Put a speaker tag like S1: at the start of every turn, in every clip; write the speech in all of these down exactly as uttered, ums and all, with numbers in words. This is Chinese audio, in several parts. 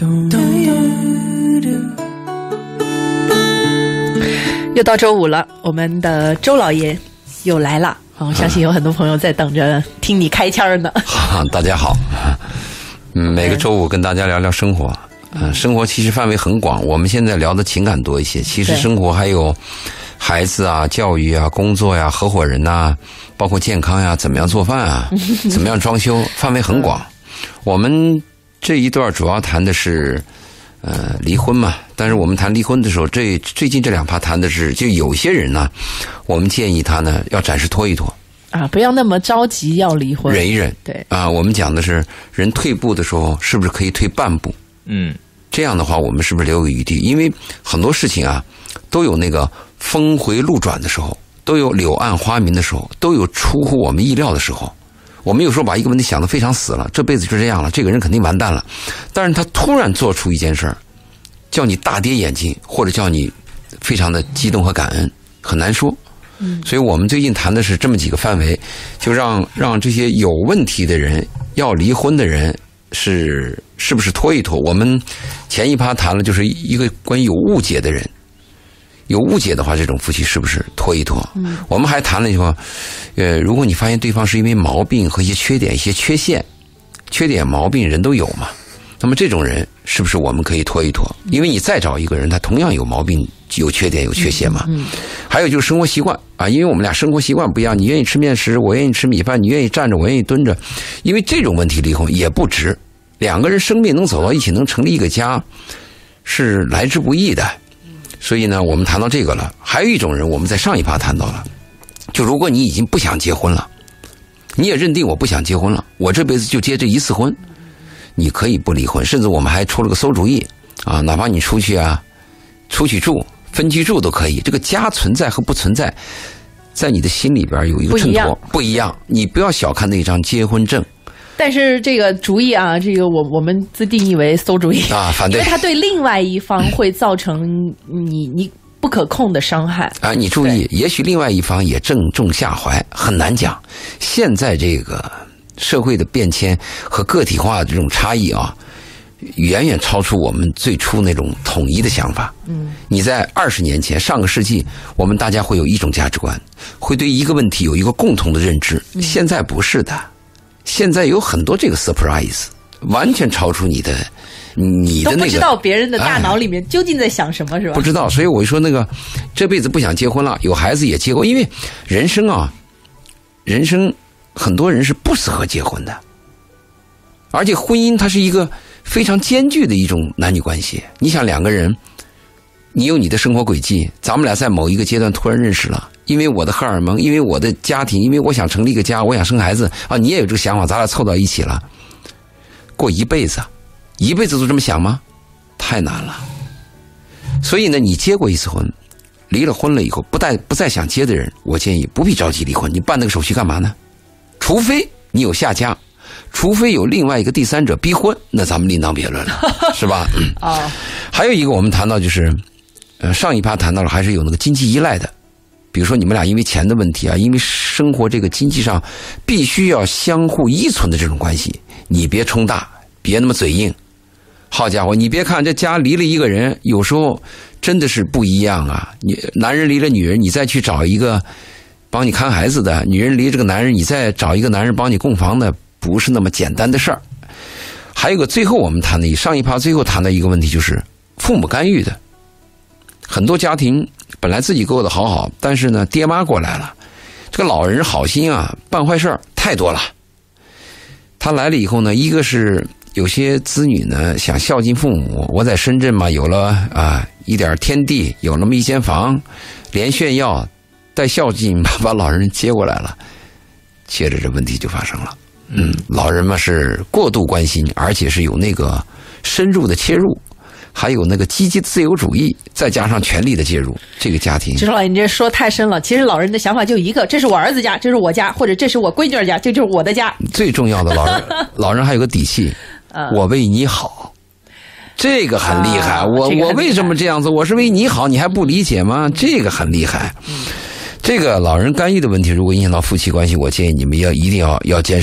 S1: 又到周五了，我们的周老爷又来了。我相信有很多朋友在等着听你开腔呢。
S2: 啊、大家好，嗯，每个周五跟大家聊聊生活。嗯、呃，生活其实范围很广，我们现在聊的情感多一些。其实生活还有孩子啊、教育啊、工作呀、合伙人呐、啊，包括健康呀、怎么样做饭啊、怎么样装修，范围很广。我们这一段主要谈的是呃离婚嘛，但是我们谈离婚的时候，这最近这两趴谈的是，就有些人呢，我们建议他呢要暂时拖一拖。
S1: 啊，不要那么着急要离婚，
S2: 忍一忍。
S1: 对
S2: 啊，我们讲的是人退步的时候，是不是可以退半步？
S3: 嗯，
S2: 这样的话，我们是不是留有余地？因为很多事情啊，都有那个峰回路转的时候，都有柳暗花明的时候，都有出乎我们意料的时候。我们有时候把一个问题想得非常死了，这辈子就这样了，这个人肯定完蛋了。但是他突然做出一件事儿，叫你大跌眼镜，或者叫你非常的激动和感恩，很难说。所以我们最近谈的是这么几个范围，就让让这些有问题的人，要离婚的人，是是不是拖一拖？我们前一趴谈了，就是一个关于有误解的人，有误解的话，这种夫妻是不是拖一拖？嗯，我们还谈了一个，呃，如果你发现对方是因为毛病和一些缺点、一些缺陷、缺点毛病人都有嘛，那么这种人是不是我们可以拖一拖？因为你再找一个人，他同样有毛病、有缺点、有缺陷嘛。嗯。还有就是生活习惯啊，因为我们俩生活习惯不一样，你愿意吃面食，我愿意吃米饭，你愿意站着，我愿意蹲着，因为这种问题离婚也不值。两个人生命能走到一起，能成立一个家，是来之不易的。所以呢，我们谈到这个了。还有一种人，我们在上一趴谈到了，就如果你已经不想结婚了，你也认定我不想结婚了，我这辈子就结这一次婚，你可以不离婚，甚至我们还出了个馊主意啊，哪怕你出去啊，出去住。分居住都可以，这个家存在和不存在，在你的心里边有一个衬托，不一样。你不要小看那张结婚证。
S1: 但是这个主意啊，这个我我们自定义为馊主意
S2: 啊，反对，
S1: 因为它对另外一方会造成你你不可控的伤害
S2: 啊。你注意，也许另外一方也正中下怀，很难讲。现在这个社会的变迁和个体化的这种差异啊，远远超出我们最初那种统一的想法。嗯，你在二十年前，上个世纪，我们大家会有一种价值观，会对一个问题有一个共同的认知。嗯、现在不是的，现在有很多这个 surprise， 完全超出你的你的那个，
S1: 都不知道别人的大脑里面究竟在想什么，是吧？
S2: 不知道，所以我就说那个这辈子不想结婚了，有孩子也结婚，因为人生啊，人生很多人是不适合结婚的，而且婚姻它是一个非常艰巨的一种男女关系。你想两个人，你有你的生活轨迹，咱们俩在某一个阶段突然认识了，因为我的荷尔蒙，因为我的家庭，因为我想成立一个家，我想生孩子啊，你也有这个想法，咱俩凑到一起了，过一辈子，一辈子都这么想吗？太难了。所以呢，你结过一次婚，离了婚了以后，不再不再想结的人，我建议不必着急离婚，你办那个手续干嘛呢？除非你有下家。除非有另外一个第三者逼婚，那咱们另当别论了，是吧？嗯。哦。还有一个我们谈到就是，呃，上一趴谈到了还是有那个经济依赖的，比如说你们俩因为钱的问题啊，因为生活这个经济上必须要相互依存的这种关系，你别冲大，别那么嘴硬。好家伙，你别看这家离了一个人，有时候真的是不一样啊。你男人离了女人，你再去找一个帮你看孩子的；女人离这个男人，你再找一个男人帮你供房的。不是那么简单的事儿。还有个最后我们谈的上一趴最后谈的一个问题，就是父母干预的。很多家庭本来自己过得好好，但是呢爹妈过来了，这个老人好心啊，办坏事儿太多了。他来了以后呢，一个是有些子女呢想孝敬父母，我在深圳嘛有了啊一点天地，有那么一间房，连炫耀带孝敬把把老人接过来了，接着这问题就发生了。嗯，老人嘛是过度关心，而且是有那个深入的切入，还有那个积极自由主义，再加上权力的介入，这个家庭。周
S1: 老爷，你这说太深了。其实老人的想法就一个，这是我儿子家，这是我家，或者这是我闺女家，这就是我的家。
S2: 最重要的，老人老人还有个底气，我为你好，这个很厉害。啊、我、这个、我为什么这样子？我是为你好，你还不理解吗？这个很厉害。嗯，这个老人干预的问题，如果影响到夫妻关系，我建议你们要一定要要坚守。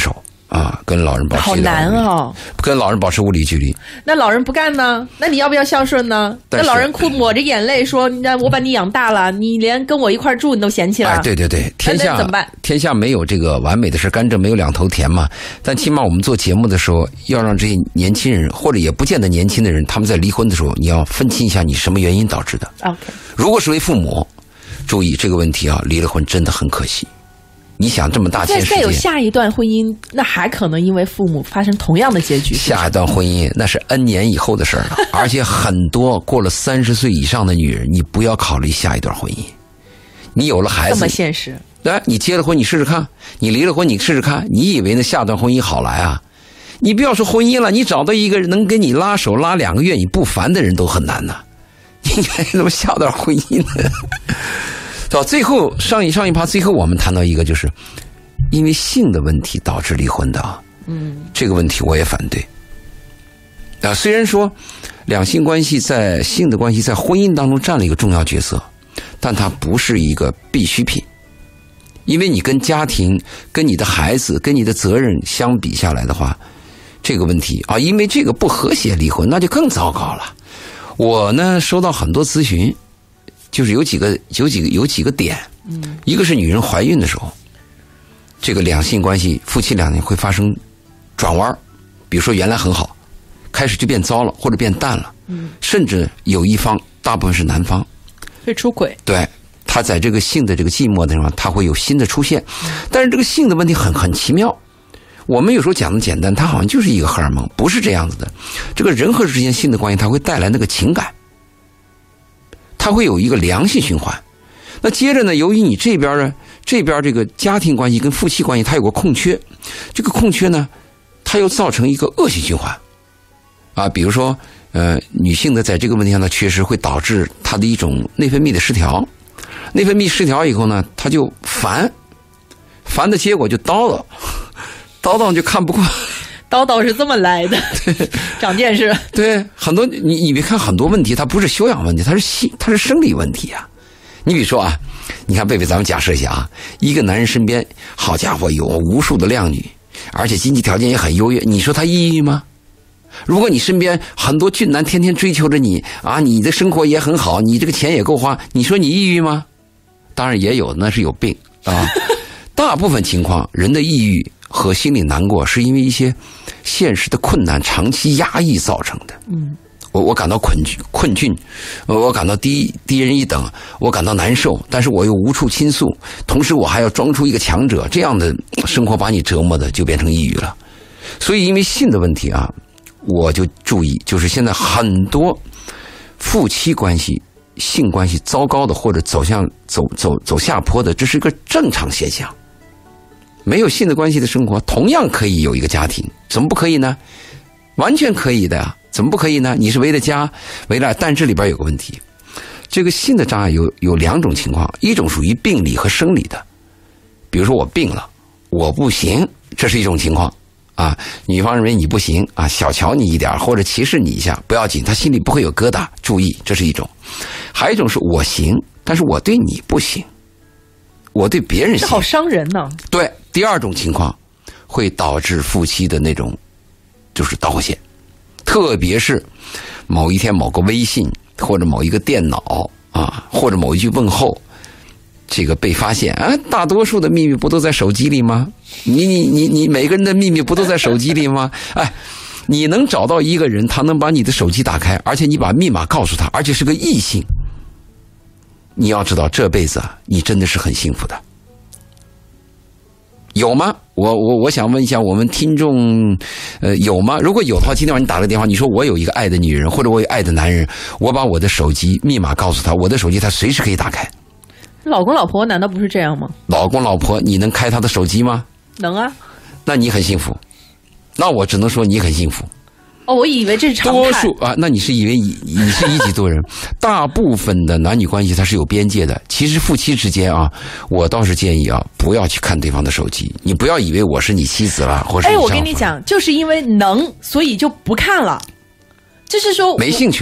S2: 啊，跟老人保持
S1: 好难哦，
S2: 跟老人保持物理距离。
S1: 那老人不干呢？那你要不要孝顺呢？那老人哭抹着眼泪说：“那我把你养大了，你连跟我一块住你都嫌弃了。”
S2: 哎，对对对，天下
S1: 怎么办？
S2: 天下没有这个完美的事，甘蔗没有两头甜嘛。但起码我们做节目的时候，要让这些年轻人，或者也不见得年轻的人，他们在离婚的时候，你要分清一下你什么原因导致的。
S1: OK，
S2: 如果是为父母，注意这个问题啊，离了婚真的很可惜。你想这么大千世界，
S1: 再有下一段婚姻，那还可能因为父母发生同样的结局。
S2: 下一段婚姻那是 N 年以后的事儿了，而且很多过了三十岁以上的女人，你不要考虑下一段婚姻。你有了孩子，
S1: 这么现实。
S2: 对，你结了婚，你试试看；你离了婚，你试试看。你以为那下段婚姻好来啊？你不要说婚姻了，你找到一个能跟你拉手拉两个月你不烦的人都很难呐。应该怎么下段婚姻呢？到最后上一上一趴，最后我们谈到一个，就是因为性的问题导致离婚的啊。嗯，这个问题我也反对。啊，虽然说两性关系在性的关系在婚姻当中占了一个重要角色，但它不是一个必需品。因为你跟家庭、跟你的孩子、跟你的责任相比下来的话，这个问题啊，因为这个不和谐离婚，那就更糟糕了。我呢收到很多咨询。就是有几个有几个有几个点，嗯，一个是女人怀孕的时候，这个两性关系夫妻两人会发生转弯，比如说原来很好，开始就变糟了或者变淡了，嗯，甚至有一方，大部分是男方
S1: 会出轨，
S2: 对，他在这个性的这个寂寞的地方，他会有新的出现，但是这个性的问题很很奇妙。我们有时候讲的简单，它好像就是一个荷尔蒙，不是这样子的。这个人和人之间性的关系，它会带来那个情感。它会有一个良性循环，那接着呢，由于你这边呢，这边这个家庭关系跟夫妻关系它有个空缺，这个空缺呢，它又造成一个恶性循环，啊，比如说呃，女性的在这个问题上的缺失会导致她的一种内分泌的失调，内分泌失调以后呢，她就烦，烦的结果就叨叨，叨叨就看不惯。
S1: 叨叨是这么来的，长见识。
S2: 对，很多你你别看很多问题，它不是修养问题，它是心，它是生理问题啊。你比如说啊，你看贝贝，咱们假设一下啊，一个男人身边，好家伙，有无数的靓女，而且经济条件也很优越，你说他抑郁吗？如果你身边很多俊男天天追求着你啊，你的生活也很好，你这个钱也够花，你说你抑郁吗？当然也有，那是有病啊。大部分情况，人的抑郁和心里难过，是因为一些现实的困难长期压抑造成的。嗯，我我感到困窘，困窘，我感到低低人一等，我感到难受，但是我又无处倾诉，同时我还要装出一个强者，这样的生活把你折磨的就变成抑郁了。所以因为性的问题啊，我就注意，就是现在很多夫妻关系、性关系糟糕的，或者走向走走走下坡的，这是一个正常现象。没有性的关系的生活同样可以有一个家庭，怎么不可以呢？完全可以的呀，怎么不可以呢？你是为了家，为了，但这里边有个问题，这个性的障碍有有两种情况，一种属于病理和生理的，比如说我病了，我不行，这是一种情况啊，女方认为你不行啊，小瞧你一点或者歧视你一下不要紧，她心里不会有疙瘩，注意，这是一种。还有一种是我行，但是我对你不行，我对别人行，
S1: 这好伤人呢。
S2: 对，第二种情况会导致夫妻的那种就是导火线，特别是某一天某个微信或者某一个电脑啊，或者某一句问候，这个被发现啊，大多数的秘密不都在手机里吗？你你你你每个人的秘密不都在手机里吗？哎，你能找到一个人，他能把你的手机打开，而且你把密码告诉他，而且是个异性，你要知道这辈子啊，你真的是很幸福的。有吗？我我我想问一下我们听众，呃，有吗？如果有的话，今天晚上你打个电话，你说我有一个爱的女人，或者我有爱的男人，我把我的手机密码告诉他，我的手机他随时可以打开。
S1: 老公老婆难道不是这样吗？
S2: 老公老婆，你能开他的手机吗？
S1: 能啊。
S2: 那你很幸福，那我只能说你很幸福。
S1: 哦，我以为这是常态。
S2: 多数啊，那你是以为你你是一级多人？大部分的男女关系它是有边界的。其实夫妻之间啊，我倒是建议啊，不要去看对方的手机。你不要以为我是你妻子了，或者是你丈夫了。
S1: 哎，我跟你讲，就是因为能，所以就不看了。就是说
S2: 没兴趣了。
S1: 对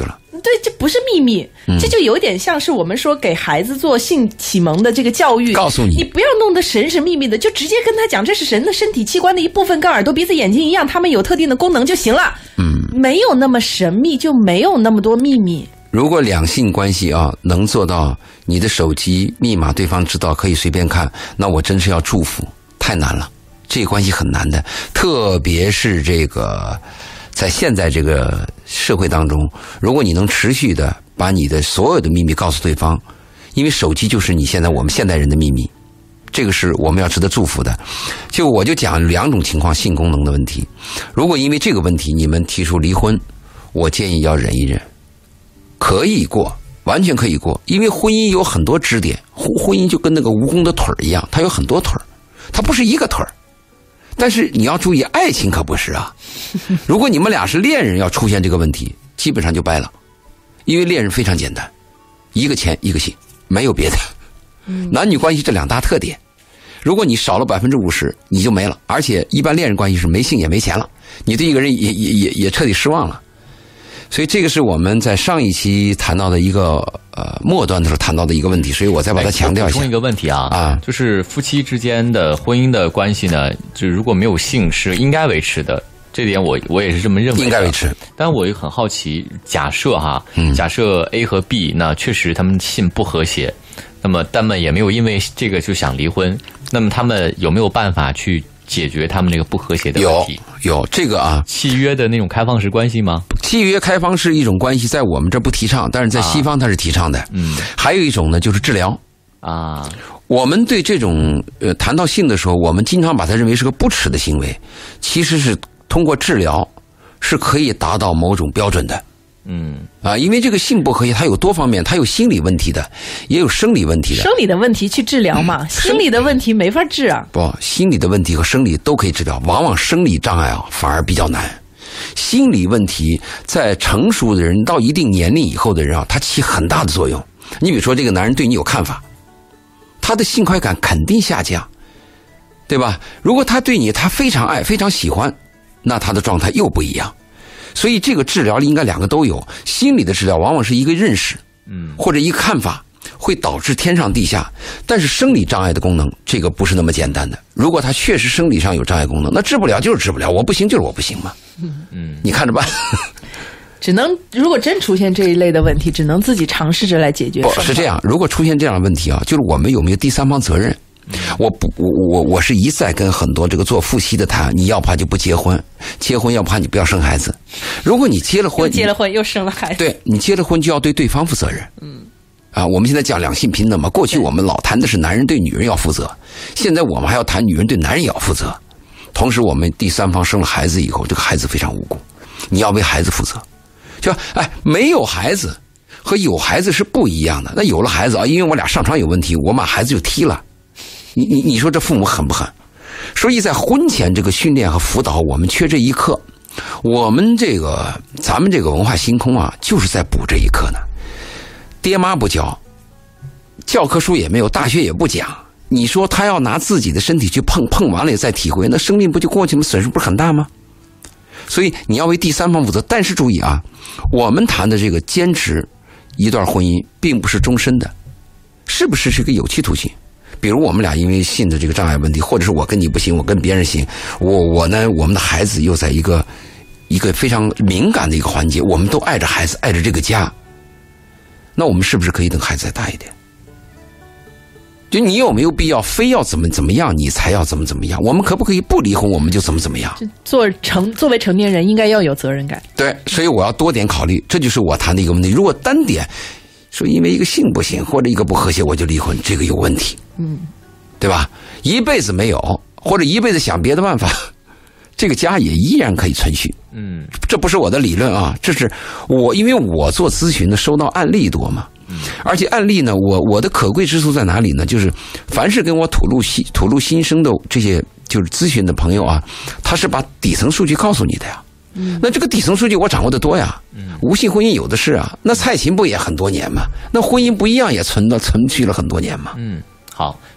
S1: 对，这不是秘密，嗯、这就有点像是我们说给孩子做性启蒙的这个教育，
S2: 告诉你，
S1: 你不要弄得神神秘秘的，就直接跟他讲，这是人的身体器官的一部分，跟耳朵、鼻子、眼睛一样，他们有特定的功能就行了。嗯，没有那么神秘，就没有那么多秘密。
S2: 如果两性关系啊能做到你的手机密码对方知道可以随便看，那我真是要祝福，太难了，这个关系很难的，特别是这个在现在这个社会当中，如果你能持续的把你的所有的秘密告诉对方，因为手机就是你现在我们现代人的秘密，这个是我们要值得祝福的。就我就讲两种情况，性功能的问题，如果因为这个问题你们提出离婚，我建议要忍一忍，可以过，完全可以过，因为婚姻有很多支点，婚姻就跟那个蜈蚣的腿一样，它有很多腿，它不是一个腿。但是你要注意，爱情可不是啊。如果你们俩是恋人，要出现这个问题，基本上就掰了，因为恋人非常简单，一个钱一个性，没有别的。男女关系这两大特点，如果你少了百分之五十，你就没了。而且一般恋人关系是没性也没钱了，你对一个人也也也也彻底失望了。所以这个是我们在上一期谈到的一个呃末端的时候谈到的一个问题，所以我再把它强调一下。
S3: 补充一个问题啊，
S2: 啊，
S3: 就是夫妻之间的婚姻的关系呢，就如果没有性是应该维持的，这点我我也是这么认为的，
S2: 应该维持。
S3: 但我也很好奇，假设哈，嗯、假设 A 和 B 那确实他们性不和谐，那么他们也没有因为这个就想离婚，那么他们有没有办法去解决他们这个不和谐的问题？
S2: 有有这个啊，
S3: 契约的那种开放式关系吗？
S2: 契约开放是一种关系，在我们这不提倡，但是在西方它是提倡的。嗯，还有一种呢，就是治疗
S3: 啊。
S2: 我们对这种呃谈到性的时候，我们经常把它认为是个不耻的行为，其实是通过治疗是可以达到某种标准的。嗯啊，因为这个性不和谐，它有多方面，它有心理问题的，也有生理问题的。
S1: 生理的问题去治疗嘛，嗯、心理的问题没法治啊。
S2: 不，心理的问题和生理都可以治疗，往往生理障碍啊反而比较难。心理问题在成熟的人到一定年龄以后的人啊，它起很大的作用。你比如说，这个男人对你有看法，他的性快感肯定下降，对吧？如果他对你他非常爱、非常喜欢，那他的状态又不一样。所以这个治疗应该两个都有。心理的治疗往往是一个认识，嗯，或者一个看法，会导致天上地下。但是生理障碍的功能，这个不是那么简单的。如果他确实生理上有障碍功能，那治不了就是治不了，我不行就是我不行嘛。嗯，你看着办。
S1: 只能如果真出现这一类的问题，只能自己尝试着来解决。
S2: 不是这样，如果出现这样的问题啊，就是我们有没有第三方责任？我不，我我我是一再跟很多这个做夫妻的谈，你要怕就不结婚，结婚要怕你不要生孩子。如果你结了婚，
S1: 结了婚又生了孩子，
S2: 对你结了婚就要对对方负责任。嗯，啊，我们现在讲两性平等嘛，过去我们老谈的是男人对女人要负责，现在我们还要谈女人对男人也要负责。同时，我们第三方生了孩子以后，这个孩子非常无辜，你要为孩子负责。就哎，没有孩子和有孩子是不一样的。那有了孩子啊，因为我俩上床有问题，我把孩子就踢了。你你你说这父母狠不狠？所以在婚前这个训练和辅导，我们缺这一课。我们这个咱们这个文化星空啊，就是在补这一课呢。爹妈不教，教科书也没有，大学也不讲。你说他要拿自己的身体去碰，碰完了也再体会，那生命不就过去吗？损失不是很大吗？所以你要为第三方负责。但是注意啊，我们谈的这个坚持一段婚姻，并不是终身的，是不是是个有期徒刑？比如我们俩因为性的这个障碍问题，或者是我跟你不行，我跟别人行，我我呢，我们的孩子又在一个一个非常敏感的一个环节，我们都爱着孩子，爱着这个家，那我们是不是可以等孩子再大一点？就你有没有必要非要怎么怎么样，你才要怎么怎么样？我们可不可以不离婚，我们就怎么怎么样？
S1: 做成作为成年人，应该要有责任感。
S2: 对，所以我要多点考虑，这就是我谈的一个问题。如果单点说因为一个性不行或者一个不和谐我就离婚，这个有问题，嗯，对吧？一辈子没有，或者一辈子想别的办法，这个家也依然可以存续。嗯，这不是我的理论啊，这是我因为我做咨询的，收到案例多嘛。而且案例呢，我我的可贵之处在哪里呢？就是凡是跟我吐露心吐露心声的这些就是咨询的朋友啊，他是把底层数据告诉你的呀。嗯，那这个底层数据我掌握的多呀。嗯，无性婚姻有的是啊，那蔡琴不也很多年吗？那婚姻不一样也存到存续了很多年吗？
S3: 嗯，好。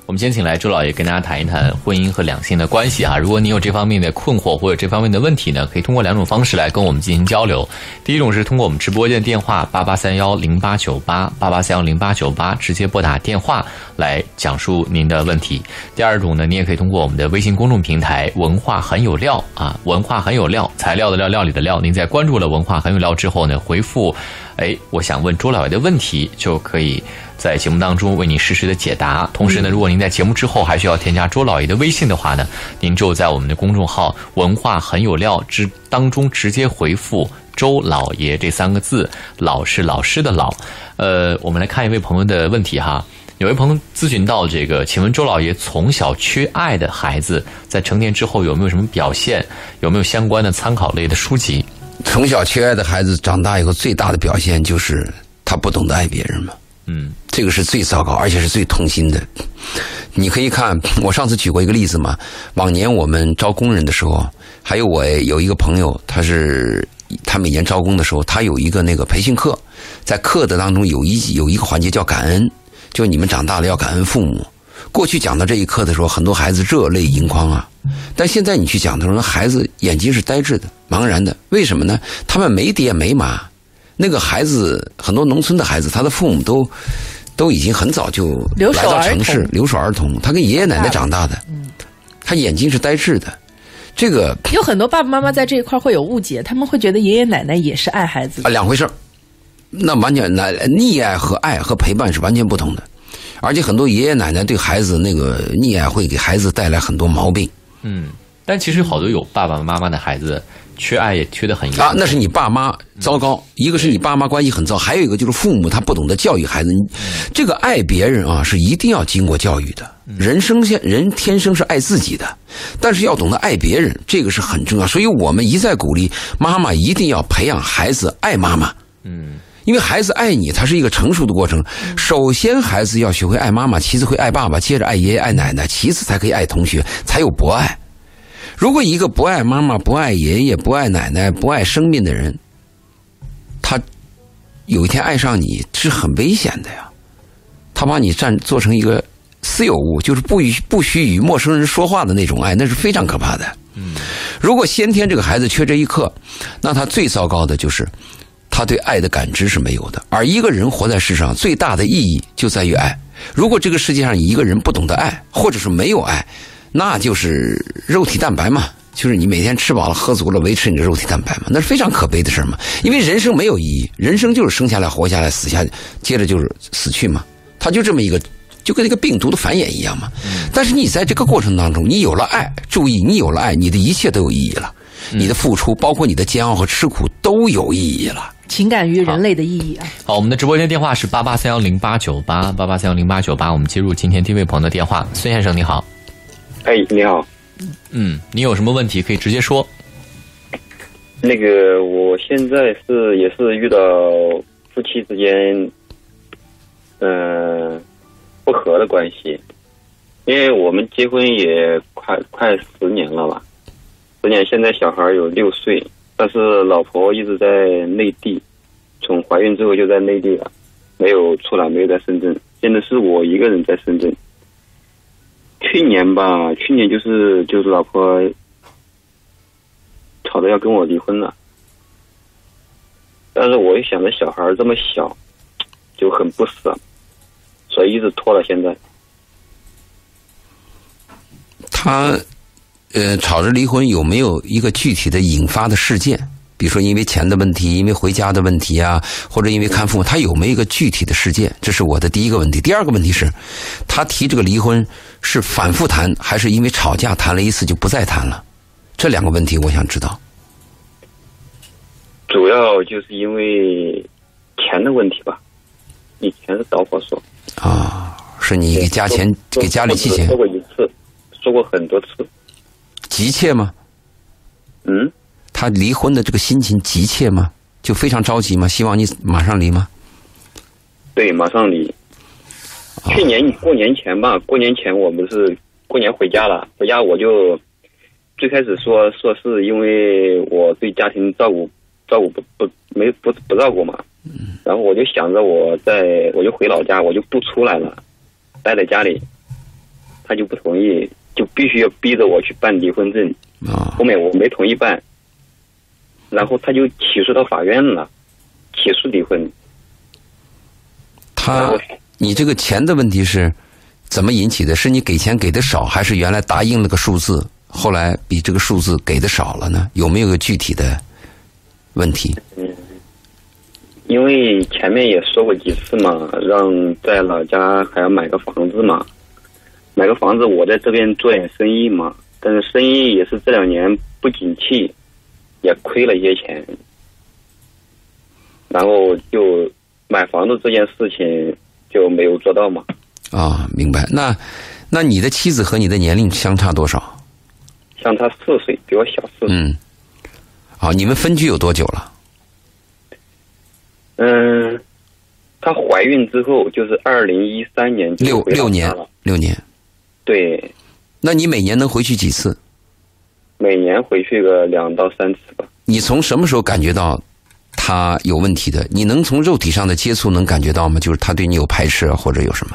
S3: 我们先请来周老爷跟大家谈一谈婚姻和两性的关系啊。如果你有这方面的困惑或者这方面的问题呢，可以通过两种方式来跟我们进行交流。第一种是通过我们直播间电话八八三幺零八九八八八三幺零八九八直接拨打电话来讲述您的问题。第二种呢，你也可以通过我们的微信公众平台文化很有料啊，文化很有料，材料的料，料理的料。您在关注了文化很有料之后呢，回复哎，我想问周老爷的问题，就可以在节目当中为你实时的解答。同时呢，如果您在节目之后还需要添加周老爷的微信的话呢，您就在我们的公众号文化很有料之当中直接回复周老爷这三个字，老是老师的老。呃，我们来看一位朋友的问题哈。有位朋友咨询到这个，请问周老爷从小缺爱的孩子在成年之后有没有什么表现？有没有相关的参考类的书籍？
S2: 从小缺爱的孩子长大以后最大的表现就是他不懂得爱别人嘛。嗯，这个是最糟糕，而且是最痛心的。你可以看，我上次举过一个例子嘛。往年我们招工人的时候，还有我有一个朋友，他是他每年招工的时候，他有一个那个培训课，在课的当中有一有一个环节叫感恩，就你们长大了要感恩父母。过去讲到这一课的时候，很多孩子热泪盈眶啊。但现在你去讲的时候，孩子眼睛是呆滞的、茫然的。为什么呢？他们没爹没妈。那个孩子，很多农村的孩子，他的父母都都已经很早就来到城市，留守儿童。他跟爷爷奶奶长大的，他眼睛是呆滞的。这个
S1: 有很多爸爸妈妈在这一块会有误解，他们会觉得爷爷奶奶也是爱孩子的
S2: 啊，两回事儿。那完全那溺爱和爱和陪伴是完全不同的。而且很多爷爷奶奶对孩子那个溺爱会给孩子带来很多毛病。
S3: 嗯，但其实好多有爸爸妈妈的孩子缺爱也缺得很严重
S2: 啊，那是你爸妈糟糕、嗯、一个是你爸妈关系很糟，还有一个就是父母他不懂得教育孩子。嗯、这个爱别人啊是一定要经过教育的。嗯、人生现人天生是爱自己的，但是要懂得爱别人，这个是很重要。所以我们一再鼓励妈妈一定要培养孩子爱妈妈。嗯。因为孩子爱你，它是一个成熟的过程。首先，孩子要学会爱妈妈，其次会爱爸爸，接着爱爷爷、爱奶奶，其次才可以爱同学，才有博爱。如果一个不爱妈妈、不爱爷爷、不爱奶奶、不爱生命的人，他有一天爱上你是很危险的呀。他把你占做成一个私有物，就是不许不许与陌生人说话的那种爱，那是非常可怕的。嗯，如果先天这个孩子缺这一课，那他最糟糕的就是他对爱的感知是没有的。而一个人活在世上最大的意义就在于爱。如果这个世界上一个人不懂得爱，或者是没有爱，那就是肉体蛋白嘛，就是你每天吃饱了喝足了维持你的肉体蛋白嘛，那是非常可悲的事嘛。因为人生没有意义，人生就是生下来活下来死下接着就是死去嘛，它就这么一个，就跟那个病毒的繁衍一样嘛。但是你在这个过程当中你有了爱，注意你有了爱，你的一切都有意义了，你的付出包括你的煎熬和吃苦都有意义了。
S1: 情感与人类的意义啊！
S3: 好，我们的直播间电话是八八三幺零八九八八八三幺零八九八，我们接入今天第一位朋友的电话。孙先生你好。
S4: 哎，你好。
S3: 嗯，你有什么问题可以直接说。
S4: 那个，我现在是也是遇到夫妻之间，嗯、呃，不和的关系，因为我们结婚也快快十年了吧，十年，现在小孩有六岁。但是老婆一直在内地，从怀孕之后就在内地了，没有出来，没有在深圳。现在是我一个人在深圳。去年吧，去年就是就是老婆吵着要跟我离婚了，但是我一想着小孩这么小，就很不舍，所以一直拖到现在。
S2: 他。呃，吵着离婚有没有一个具体的引发的事件？比如说因为钱的问题，因为回家的问题啊，或者因为看父母，他有没有一个具体的事件？这是我的第一个问题。第二个问题是，他提这个离婚是反复谈，还是因为吵架谈了一次就不再谈了？这两个问题我想知道。
S4: 主要就是因为钱的问题吧，以前是导火索。
S2: 啊，是你给家钱，给家里寄钱。
S4: 说过一次，说过很多次。
S2: 急切吗？
S4: 嗯，
S2: 他离婚的这个心情急切吗？就非常着急吗？希望你马上离吗？
S4: 对，马上离。哦、去年过年前吧，过年前我们是过年回家了，回家我就最开始说说是因为我对家庭照顾照顾不不没不不照顾嘛，嗯，然后我就想着我在我就回老家，我就不出来了，待在家里。 他就不同意，就必须要逼着我去办离婚证。
S2: 啊，
S4: 后面我没同意办，然后他就起诉到法院了，起诉离婚。
S2: 他，你这个钱的问题是怎么引起的？是你给钱给的少，还是原来答应了个数字，后来比这个数字给的少了呢？有没有个具体的问题？
S4: 嗯，因为前面也说过几次嘛，让在老家还要买个房子嘛，买个房子，我在这边做点生意嘛，但是生意也是这两年不景气，也亏了一些钱，然后就买房子这件事情就没有做到嘛。
S2: 啊，明白。那那你的妻子和你的年龄相差多少？
S4: 像她四岁，比我小四岁。
S2: 嗯。好，你们分居有多久了？
S4: 嗯，她怀孕之后就是二零一三年就
S2: 六
S4: 回老家
S2: 六年
S4: 了。
S2: 六年。
S4: 对。
S2: 那你每年能回去几次？
S4: 每年回去个两到三次吧。
S2: 你从什么时候感觉到他有问题的？你能从肉体上的接触能感觉到吗？就是他对你有排斥啊，或者有什么？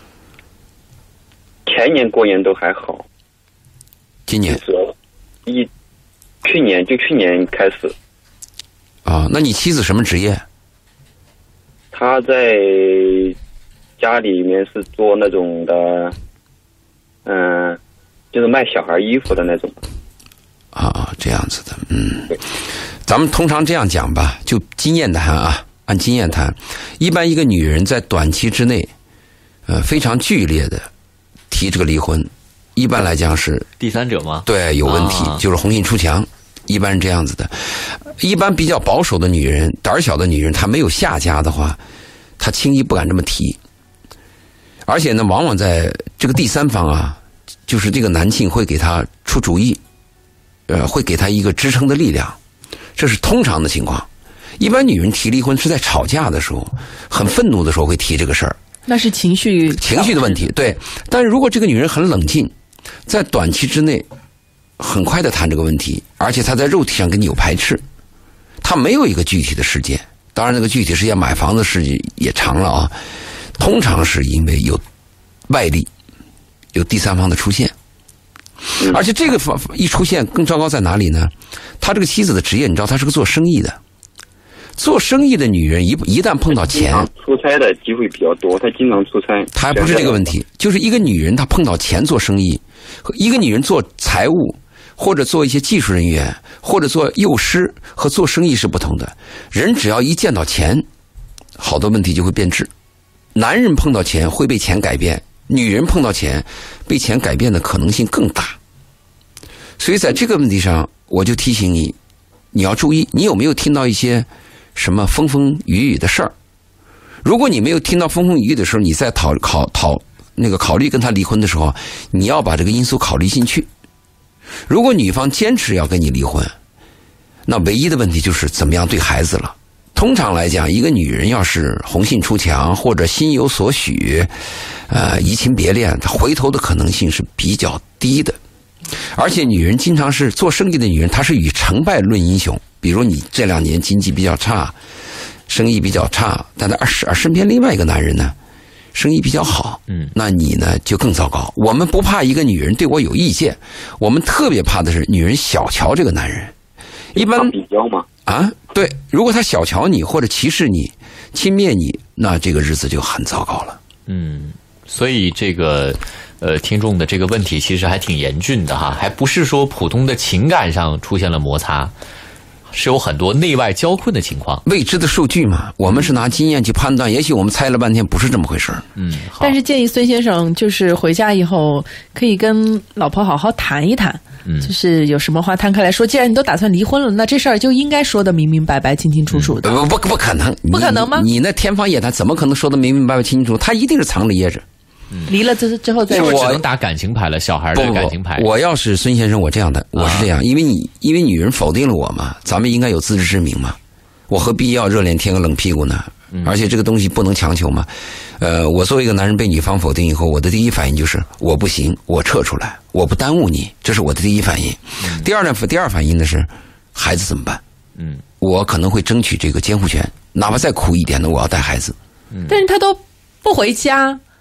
S4: 前年过年都还好。
S2: 今年？
S4: 就是一去年就去年开始。
S2: 啊，那你妻子什么职业？
S4: 她在家里面是做那种的，嗯、呃，就是卖小孩衣服的那种。
S2: 啊，这样子的，嗯，咱们通常这样讲吧，就经验谈啊，按经验谈，一般一个女人在短期之内，呃，非常剧烈的提这个离婚，一般来讲是
S3: 第三者吗？
S2: 对，有问题，啊、就是红杏出墙，一般是这样子的。一般比较保守的女人，胆小的女人，她没有下家的话，她轻易不敢这么提。而且呢，往往在这个第三方啊，就是这个男性会给她出主意。呃，会给他一个支撑的力量，这是通常的情况。一般女人提离婚是在吵架的时候，很愤怒的时候会提这个事儿，
S1: 那是情绪
S2: 情绪的问题。对，但是如果这个女人很冷静，在短期之内很快的谈这个问题，而且她在肉体上跟你有排斥，她没有一个具体的事件。当然，那个具体事件买房子时间也长了啊。通常是因为有外力，有第三方的出现。而且这个一出现更糟糕在哪里呢？他这个妻子的职业，你知道，他是个做生意的。做生意的女人一一旦碰到钱，
S4: 出差的机会比较多，她经常出差。
S2: 她还不是这个问题，就是一个女人她碰到钱做生意，和一个女人做财务或者做一些技术人员或者做幼师和做生意是不同的。人只要一见到钱，好多问题就会变质。男人碰到钱会被钱改变。女人碰到钱，被钱改变的可能性更大，所以在这个问题上，我就提醒你，你要注意，你有没有听到一些什么风风雨雨的事儿？如果你没有听到风风雨雨的时候，你在讨考讨那个考虑跟他离婚的时候，你要把这个因素考虑进去。如果女方坚持要跟你离婚，那唯一的问题就是怎么样对孩子了。通常来讲，一个女人要是红杏出墙或者心有所许，呃，移情别恋，她回头的可能性是比较低的。而且女人经常是做生意的女人，她是以成败论英雄。比如你这两年经济比较差，生意比较差，但她而身边另外一个男人呢，生意比较好，嗯，那你呢就更糟糕。我们不怕一个女人对我有意见，我们特别怕的是女人小瞧这个男人。一般
S4: 比较吗？
S2: 啊，对，如果他小瞧你或者歧视你、轻蔑你，那这个日子就很糟糕了。
S3: 嗯，所以这个呃，听众的这个问题其实还挺严峻的哈，还不是说普通的情感上出现了摩擦，是有很多内外交困的情况。
S2: 未知的数据嘛，我们是拿经验去判断，也许我们猜了半天不是这么回事儿。
S3: 嗯，好。
S1: 但是建议孙先生就是回家以后可以跟老婆好好谈一谈。嗯，就是有什么话摊开来说。既然你都打算离婚了，那这事儿就应该说得明明白白、清清楚楚的。
S2: 不不不可能，
S1: 不可能吗？
S2: 你, 你那天方夜谭，怎么可能说得明明白白、清清楚楚？他一定是藏着掖着。
S3: 嗯、
S1: 离了之之后再
S3: 说，只能打感情牌了。小孩的感情牌。
S2: 我要是孙先生，我这样的，我是这样，啊、因为你因为女人否定了我嘛，咱们应该有自知之明嘛。我何必要热脸贴个冷屁股呢？嗯、而且这个东西不能强求嘛。呃，我作为一个男人被女方否定以后，我的第一反应就是我不行，我撤出来，我不耽误你，这是我的第一反应。嗯、第二呢，第二反应呢是孩子怎么办？嗯，我可能会争取这个监护权，哪怕再苦一点的，我要带孩子。
S1: 嗯、但是他都不回家。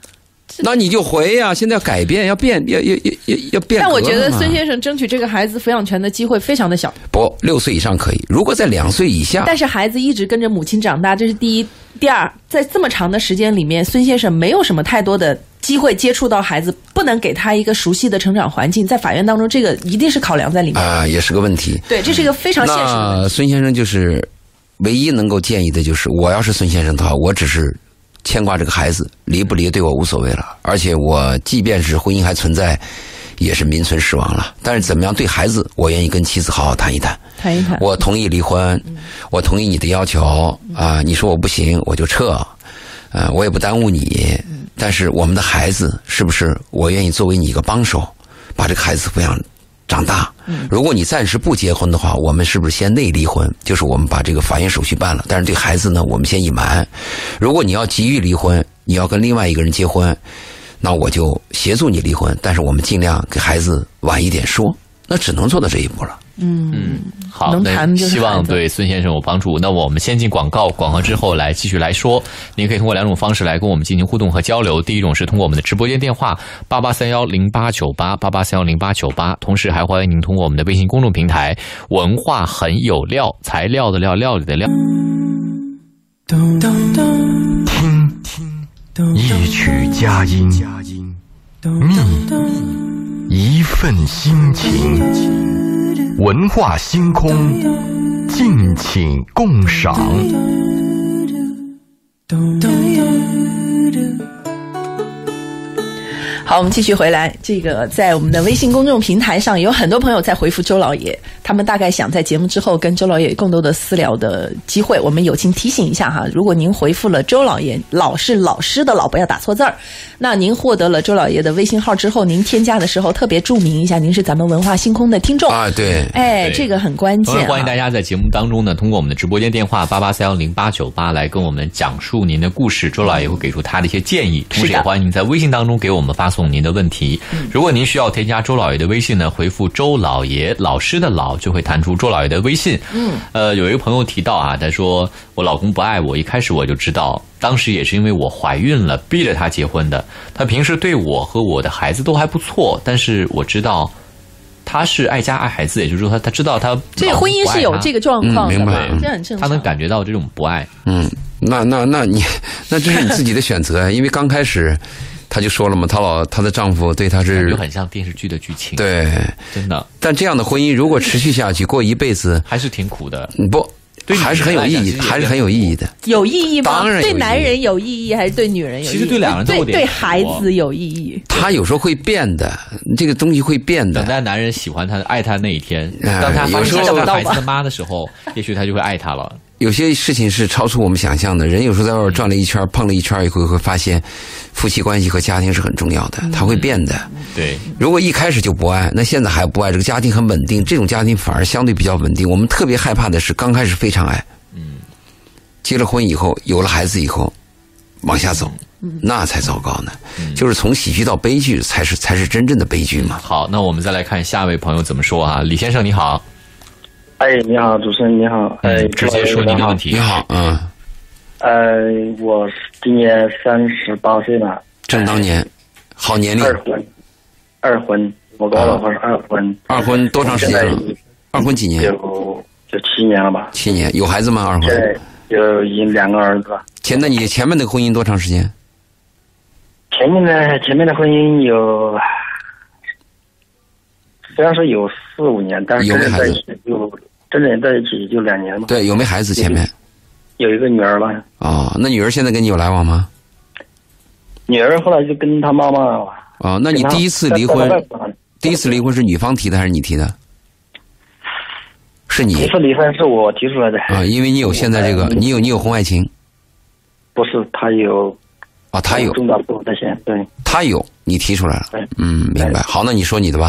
S2: 那你就回呀、啊！现在要改变，要变，要要要要变。
S1: 但我觉得孙先生争取这个孩子抚养权的机会非常的小。
S2: 不，六岁以上可以，如果在两岁以下，
S1: 但是孩子一直跟着母亲长大，这是第一。第二，在这么长的时间里面，孙先生没有什么太多的机会接触到孩子，不能给他一个熟悉的成长环境，在法院当中，这个一定是考量在里面
S2: 啊、呃，也是个问题。
S1: 对，这是一个非常现实的问题。
S2: 那孙先生就是唯一能够建议的，就是我要是孙先生的话，我只是牵挂这个孩子，离不离对我无所谓了。而且我即便是婚姻还存在，也是名存实亡了。但是怎么样对孩子，我愿意跟妻子好好谈一谈。
S1: 谈一谈。
S2: 我同意离婚，嗯、我同意你的要求啊、呃！你说我不行，我就撤，呃，我也不耽误你。嗯、但是我们的孩子是不是我愿意作为你一个帮手，把这个孩子抚养长大？嗯、如果你暂时不结婚的话，我们是不是先内离婚？就是我们把这个法院手续办了，但是对孩子呢，我们先隐瞒。如果你要急于离婚，你要跟另外一个人结婚，那我就协助你离婚，但是我们尽量给孩子晚一点说，那只能做到这一步了。
S1: 嗯
S3: 嗯，好，那希望对孙先生有帮助。那我们先进广告，广告之后来继续来说。您可以通过两种方式来跟我们进行互动和交流。第一种是通过我们的直播间电话八八三幺零八九八八八三幺零八九八，同时还欢迎您通过我们的微信公众平台“文化很有料”，材料的料，料理的料。
S5: 听听一曲佳音，觅一份心情。文化星空，敬请共赏。
S1: 好，我们继续回来。这个在我们的微信公众平台上，有很多朋友在回复周老爷，他们大概想在节目之后跟周老爷更多的私聊的机会。我们友情提醒一下哈，如果您回复了周老爷，老是老师的老，不要打错字儿。那您获得了周老爷的微信号之后，您添加的时候特别注明一下，您是咱们文化星空的听众
S2: 啊。对，
S1: 哎，这个很关键、啊。
S3: 欢迎大家在节目当中呢，通过我们的直播间电话八八三幺零八九八来跟我们讲述您的故事，周老爷会给出他的一些建议，同时也欢迎您在微信当中给我们发送您的问题。如果您需要添加周老爷的微信呢，回复周老爷，老师的老，就会弹出周老爷的微信。嗯，呃，有一个朋友提到啊，他说我老公不爱我，一开始我就知道，当时也是因为我怀孕了，逼着他结婚的。他平时对我和我的孩子都还不错，但是我知道他是爱家爱孩子，也就是说他他知道他
S1: 这婚姻是有这个状况的，
S2: 嗯、明白？
S1: 这很正常。
S3: 他能感觉到这种不爱。
S2: 嗯，那那那你那这是你自己的选择，因为刚开始。她就说了嘛，她老她的丈夫对她是
S3: 就很像电视剧的剧情，
S2: 对，
S3: 真的。
S2: 但这样的婚姻如果持续下去，过一辈子
S3: 还是挺苦的。
S2: 不，对，还是很有意义，还是很有意义的。
S1: 有意义吗？
S2: 当然有意义。
S1: 对男人有意义，还是对女人有意义？
S3: 其实对两个人都有点。
S1: 对对孩子有意义。
S2: 他有时候会变的，这个东西会变的。
S3: 等待男人喜欢他、爱他那一天，当他发现他孩子的妈的时候，也许他就会爱他了。
S2: 有些事情是超出我们想象的。人有时候在外边转了一圈，碰了一圈以后，会发现夫妻关系和家庭是很重要的，它会变的。
S3: 嗯、对，
S2: 如果一开始就不爱，那现在还不爱，这个家庭很稳定，这种家庭反而相对比较稳定。我们特别害怕的是刚开始非常爱，嗯，结了婚以后，有了孩子以后，往下走，嗯、那才糟糕呢。嗯、就是从喜剧到悲剧，才是才是真正的悲剧嘛。
S3: 好，那我们再来看下一位朋友怎么说啊？李先生你好。
S6: 哎，你好，主持人你好，哎，
S3: 嗯、直接说您的问题。
S2: 你好，嗯，
S6: 呃，我今年三十八岁了，
S2: 正当年，好年龄。
S6: 二婚，二婚，我跟我老婆是二婚。
S2: 二婚多长时间了？二婚几年？
S6: 有有七年了吧？
S2: 七年，有孩子吗？二婚？
S6: 对，有一两个儿子吧。
S2: 前那你前面的婚姻多长时间？
S6: 前面的前面的婚姻有。虽然说有四五年，但是真正在一起就真正在一起就两年嘛。
S2: 对，有没孩子？前面
S6: 有一个女儿了。
S2: 哦，那女儿现在跟你有来往吗？
S6: 女儿后来就跟她妈妈。
S2: 哦，那你第一次离婚，第一次离婚是女方提的还是你提的？是你。
S6: 第一次离婚是我提出来的。
S2: 啊，因为你有现在这个，你有你有婚外情。
S6: 不是，他有。
S2: 啊，他有。
S6: 重大不在线，对。
S2: 他有，你提出来了。
S6: 对。
S2: 嗯，明白。好，那你说你的吧。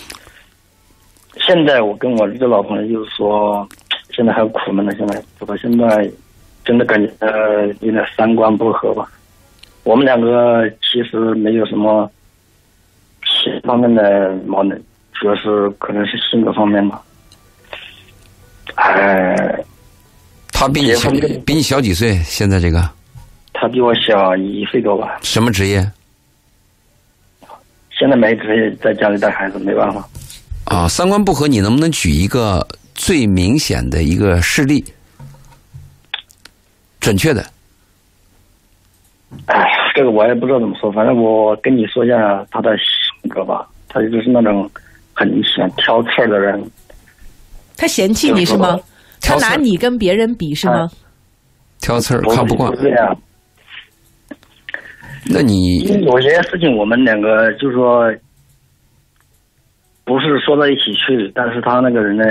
S6: 现在我跟我这个老婆就是说，现在还有苦闷呢。现在我现在真的感觉呃有点三观不合吧。我们两个其实没有什么其方面的矛盾，主要是可能是性格方面吧。哎、呃，
S2: 他比你小比你小几岁？现在这个？
S6: 他比我小一岁多吧。
S2: 什么职业？
S6: 现在没可以在家里带孩子，没办法。
S2: 啊，三观不合，你能不能举一个最明显的一个事例？准确的。
S6: 哎，这个我也不知道怎么说，反正我跟你说一下他的性格吧。他就是那种很喜欢挑刺儿的人。
S1: 他嫌弃你是吗？他拿你跟别人比是吗？
S2: 挑刺儿看不惯。
S6: 不是这样。
S2: 那你
S6: 有些事情我们两个就是说不是说到一起去，但是他那个人呢，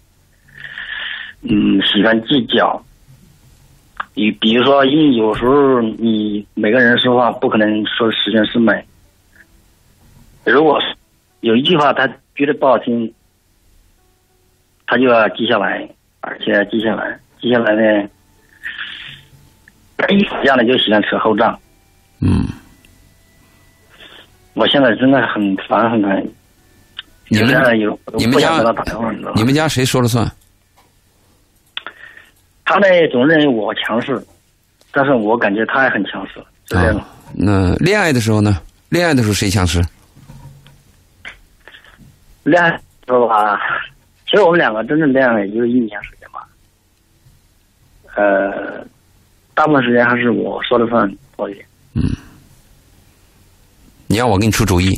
S6: 嗯，喜欢计较。你比如说，因为有时候你每个人说话不可能说十全十美。如果有一句话他觉得不好听，他就要记下来，而且记下来，记下来呢，这样的就喜欢扯后账。
S2: 嗯，
S6: 我现在真的很烦很烦。
S2: 你们
S6: 有
S2: 你们家你们家谁说了算？
S6: 他呢总认为我强势，但是我感觉他也很强势，是这样。
S2: 啊、那恋爱的时候呢？恋爱的时候谁强势？
S6: 恋爱时候吧，其实我们两个真正恋爱也就一年时间吧。呃，大部分时间还是我说了算多一点。
S2: 嗯。你让我给你出主意。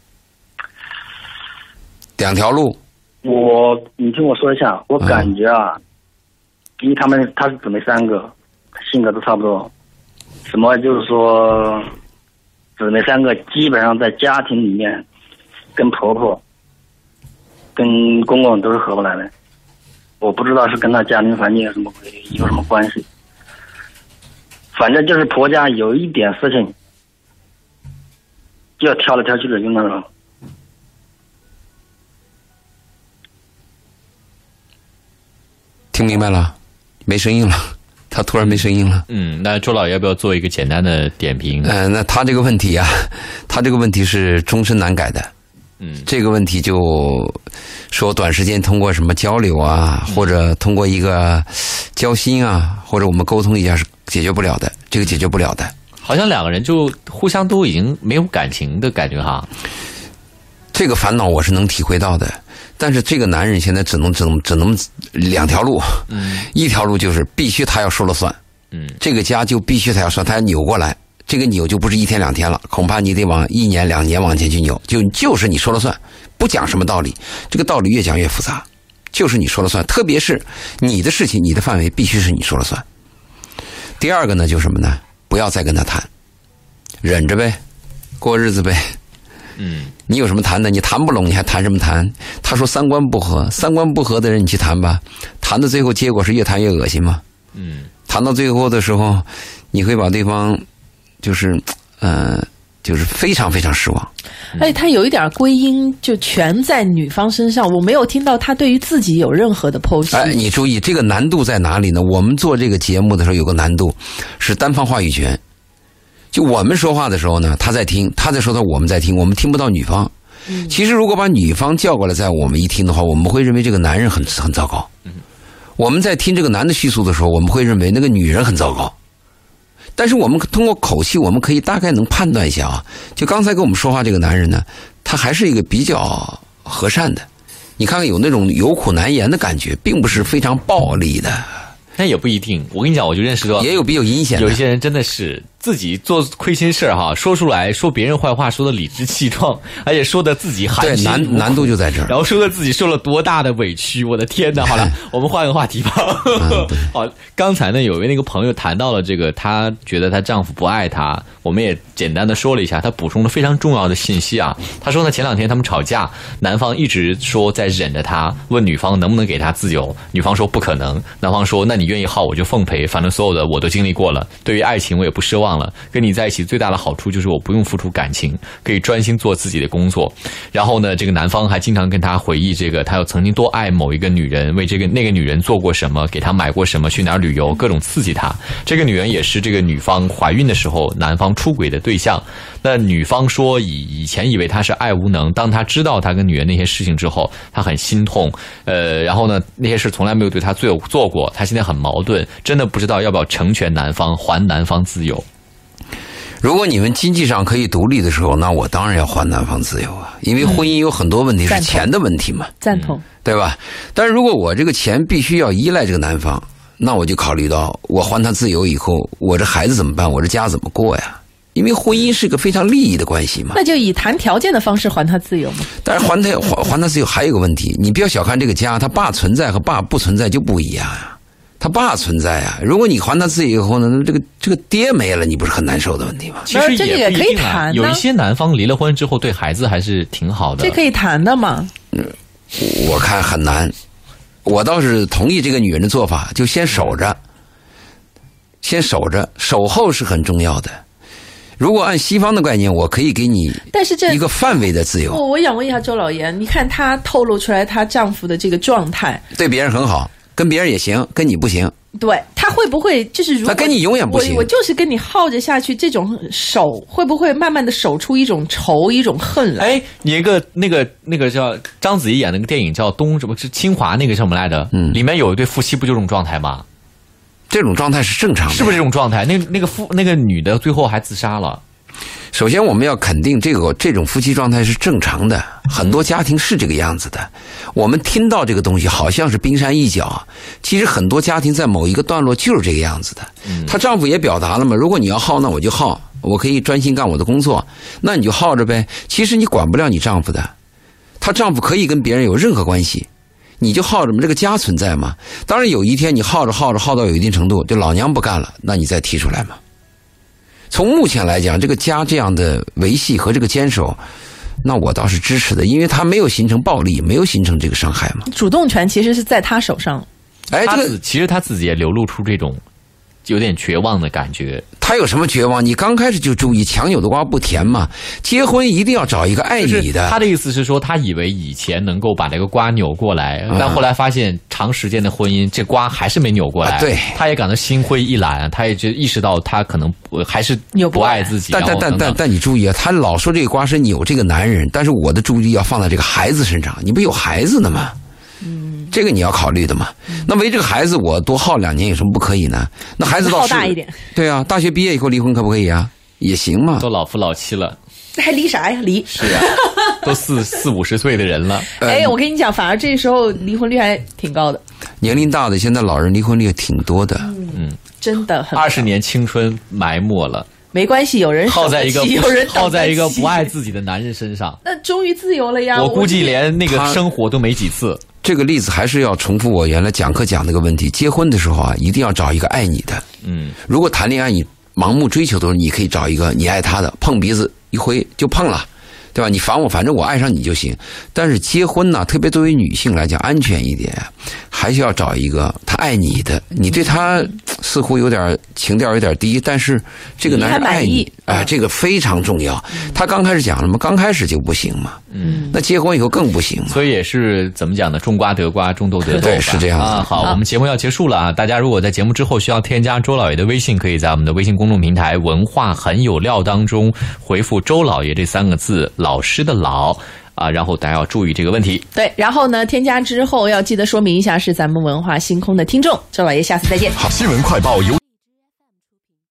S2: 两条路。
S6: 我，你听我说一下，我感觉啊。嗯，因为他们他是姊妹三个，性格都差不多，什么就是说，姊妹三个基本上在家庭里面，跟婆婆、跟公公都是合不来的。我不知道是跟他家庭环境有什么有什么关系。反正就是婆家有一点事情，就要挑来挑去的，就那种。
S2: 听明白了？没声音了，他突然没声音了。
S3: 嗯，那周老爷要不要做一个简单的点评？
S2: 呃，那他这个问题啊，他这个问题是终身难改的。
S3: 嗯，
S2: 这个问题就说短时间通过什么交流啊，嗯、或者通过一个交心啊，或者我们沟通一下是解决不了的，这个解决不了的。
S3: 好像两个人就互相都已经没有感情的感觉哈。
S2: 这个烦恼我是能体会到的。但是这个男人现在只能只能只能两条路，嗯，一条路就是必须他要说了算，嗯，这个家就必须他要说，他要扭过来，这个扭就不是一天两天了，恐怕你得往一年两年往前去扭，就就是你说了算，不讲什么道理，这个道理越讲越复杂，就是你说了算，特别是你的事情，你的范围必须是你说了算。第二个呢，就是什么呢？不要再跟他谈，忍着呗，过日子呗。
S3: 嗯，
S2: 你有什么谈的？你谈不拢，你还谈什么谈？他说三观不合，三观不合的人你去谈吧，谈到最后结果是越谈越恶心嘛。
S3: 嗯，
S2: 谈到最后的时候，你会把对方就是呃，就是非常非常失望。
S1: 哎，他有一点归因就全在女方身上，我没有听到他对于自己有任何的剖析。
S2: 哎，你注意这个难度在哪里呢？我们做这个节目的时候有个难度是单方话语权。就我们说话的时候呢，他在听，他在说的，我们在听，我们听不到女方。嗯、其实如果把女方叫过来，在我们一听的话，我们会认为这个男人很很糟糕。嗯、我们在听这个男的叙述的时候，我们会认为那个女人很糟糕。但是我们通过口气，我们可以大概能判断一下啊。就刚才跟我们说话这个男人呢，他还是一个比较和善的。你看看有那种有苦难言的感觉，并不是非常暴力的。
S3: 那也不一定，我跟你讲，我就认识到
S2: 也有比较阴险的，
S3: 有一些人真的是自己做亏心事哈，说出来说别人坏话，说的理直气壮，而且说的自己含辛茹苦，
S2: 对，难难度就在这儿，
S3: 然后说的自己受了多大的委屈，我的天哪！好了，我们换个话题吧。嗯、好，刚才呢有一位那个朋友谈到了这个，她觉得她丈夫不爱她，我们也简单的说了一下，她补充了非常重要的信息啊。她说呢，前两天他们吵架，男方一直说在忍着她，问女方能不能给她自由，女方说不可能，男方说那你愿意耗我就奉陪，反正所有的我都经历过了，对于爱情我也不奢望了，跟你在一起最大的好处就是我不用付出感情，可以专心做自己的工作。然后呢，这个男方还经常跟他回忆这个他有曾经多爱某一个女人，为这个那个女人做过什么，给她买过什么，去哪儿旅游，各种刺激她。这个女人也是这个女方怀孕的时候男方出轨的对象。那女方说以以前以为他是爱无能，当他知道他跟女人那些事情之后，他很心痛，呃，然后呢那些事从来没有对他做做过，他现在很矛盾，真的不知道要不要成全男方，还男方自由。
S2: 如果你们经济上可以独立的时候，那我当然要还男方自由啊，因为婚姻有很多问题是钱的问题嘛，
S1: 赞同，
S2: 对吧？但是如果我这个钱必须要依赖这个男方，那我就考虑到我还他自由以后，我这孩子怎么办？我这家怎么过呀？因为婚姻是个非常利益的关系嘛。
S1: 那就以谈条件的方式还他自由嘛。
S2: 但是还他还还他自由还有一个问题，你不要小看这个家，他爸存在和爸不存在就不一样呀。他爸存在啊，如果你还他自己以后呢，这个这个爹没了，你不是很难受的问题吗？
S3: 其实也不一定啊，
S1: 这个也可以谈
S3: 有一些男方离了婚之后对孩子还是挺好的，
S1: 这可以谈的嘛。
S2: 嗯，我看很难。我倒是同意这个女人的做法，就先守着，先守着，守候是很重要的。如果按西方的概念，我可以给你
S1: 但是这
S2: 一个范围的自由。
S1: 我我想问一下周老爷，你看她透露出来她丈夫的这个状态，
S2: 对别人很好，跟别人也行，跟你不行。
S1: 对，他会不会就是如果
S2: 他跟你永远不行？
S1: 我我就是跟你耗着下去，这种守会不会慢慢的守出一种仇、一种恨来？
S3: 哎，你一个那个那个叫章子怡演那个电影叫《东什么是清华》，那个什么来着？嗯，里面有一对夫妻不就这种状态吗？
S2: 这种状态是正常的，
S3: 是不是这种状态？那那个夫那个女的最后还自杀了。
S2: 首先，我们要肯定这个这种夫妻状态是正常的，很多家庭是这个样子的。我们听到这个东西好像是冰山一角，其实很多家庭在某一个段落就是这个样子的。她丈夫也表达了嘛，如果你要耗，那我就耗，我可以专心干我的工作，那你就耗着呗。其实你管不了你丈夫的，她丈夫可以跟别人有任何关系，你就耗着嘛，这个家存在嘛。当然有一天你耗着耗着耗到有一定程度，就老娘不干了，那你再提出来嘛。从目前来讲，这个家这样的维系和这个坚守，那我倒是支持的，因为他没有形成暴力，没有形成这个伤害嘛。
S1: 主动权其实是在他手上。
S2: 哎，这个
S3: 其实他自己也流露出这种有点绝望的感觉。
S2: 他有什么绝望？你刚开始就注意，强扭的瓜不甜嘛。结婚一定要找一个爱你的。
S3: 他的意思是说，他以为以前能够把这个瓜扭过来，嗯、但后来发现长时间的婚姻，这瓜还是没扭过来。
S2: 啊、对，
S3: 他也感到心灰意懒，他也就意识到他可能还是不爱自己。
S2: 但但但但但你注意啊，他老说这个瓜是扭这个男人，但是我的注意力要放在这个孩子身上。你不有孩子呢吗？嗯，这个你要考虑的嘛。嗯、那为这个孩子，我多耗两年有什么不可以呢？那孩子到
S1: 耗大一点，
S2: 对啊，大学毕业以后离婚可不可以啊？也行嘛。
S3: 都老夫老妻了，
S1: 那还离啥呀？离
S3: 是啊，都四四五十岁的人了。
S1: 哎，我跟你讲，反而这时候离婚率还挺高的。
S2: 年龄大的现在老人离婚率挺多的。
S3: 嗯，
S1: 真的很。
S3: 二十年青春埋没了。
S1: 没关系，有人
S3: 耗在一个
S1: 有人
S3: 耗在一个不爱自己的男人身上。
S1: 那终于自由了呀！
S3: 我估计连那个生活都没几次。
S2: 这个例子还是要重复我原来讲课讲那个问题：结婚的时候啊，一定要找一个爱你的。嗯，如果谈恋爱你盲目追求的时候，你可以找一个你爱他的，碰鼻子一挥就碰了，对吧？你烦我，反正我爱上你就行。但是结婚呢，特别作为女性来讲，安全一点，还是要找一个他爱你的，你对他似乎有点情调有点低，但是这个男人爱你，哎、呃，这个非常重要。他刚开始讲了嘛，刚开始就不行嘛，嗯，那结婚以后更不行嘛。
S3: 所以也是怎么讲呢？种瓜得瓜，种豆得豆。
S2: 对，是这样子。
S3: 啊，好，我们节目要结束了啊！大家如果在节目之后需要添加周老爷的微信，可以在我们的微信公众平台“文化很有料”当中回复“周老爷”这三个字，老师的老。啊，然后大家要注意这个问题。
S1: 对，然后呢，添加之后要记得说明一下是咱们文化星空的听众。周老爷，下次再见。
S5: 好，新闻快报由